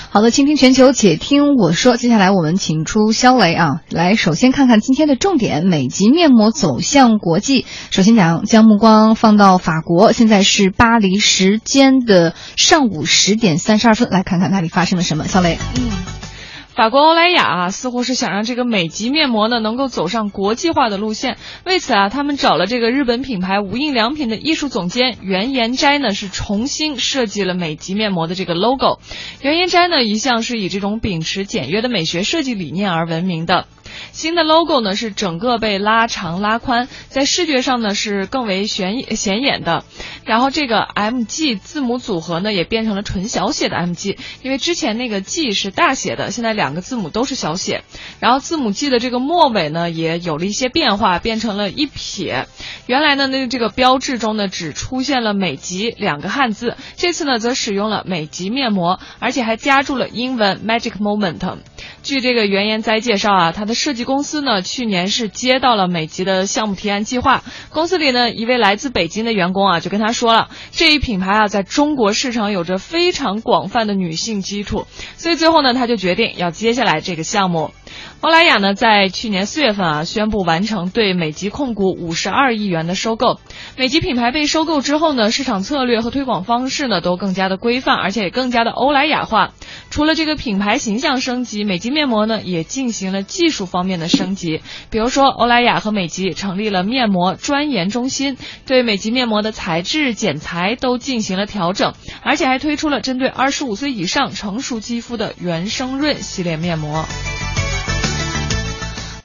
好的，倾听全球，且听我说。接下来我们请出肖雷啊，来首先看看今天的重点：美极面膜走向国际。首先将目光放到法国，现在是巴黎时间的上午10点32分，来看看那里发生了什么。肖雷， 法国欧莱雅似乎是想让这个美极面膜呢能够走上国际化的路线，为此他们找了这个日本品牌无印良品的艺术总监原研斋呢，是重新设计了美极面膜的这个 logo。原研斋呢一向是以这种秉持简约的美学设计理念而闻名的。新的 logo 呢是整个被拉长拉宽，在视觉上呢是更为显眼的。然后这个 MG 字母组合呢也变成了纯小写的 MG， 因为之前那个 G 是大写的，现在2个字母都是小写。然后字母 G 的这个末尾呢也有了一些变化，变成了一撇。原来呢这个标志中呢只出现了美极2个汉字，这次呢则使用了美极面膜，而且还加注了英文 Magic Moment。据这个原研哉介绍他的设计公司呢去年是接到了美极的项目提案计划，公司里呢一位来自北京的员工就跟他说了，这一品牌在中国市场有着非常广泛的女性基础，所以最后呢他就决定要接下来这个项目。欧莱雅呢在去年4月份宣布完成对美极控股52亿元的收购。美极品牌被收购之后呢，市场策略和推广方式呢都更加的规范，而且也更加的欧莱雅化。除了这个品牌形象升级，美极面膜呢也进行了技术方面的升级。比如说欧莱雅和美极成立了面膜专研中心，对美极面膜的材质剪裁都进行了调整，而且还推出了针对25岁以上成熟肌肤的原生润系列面膜。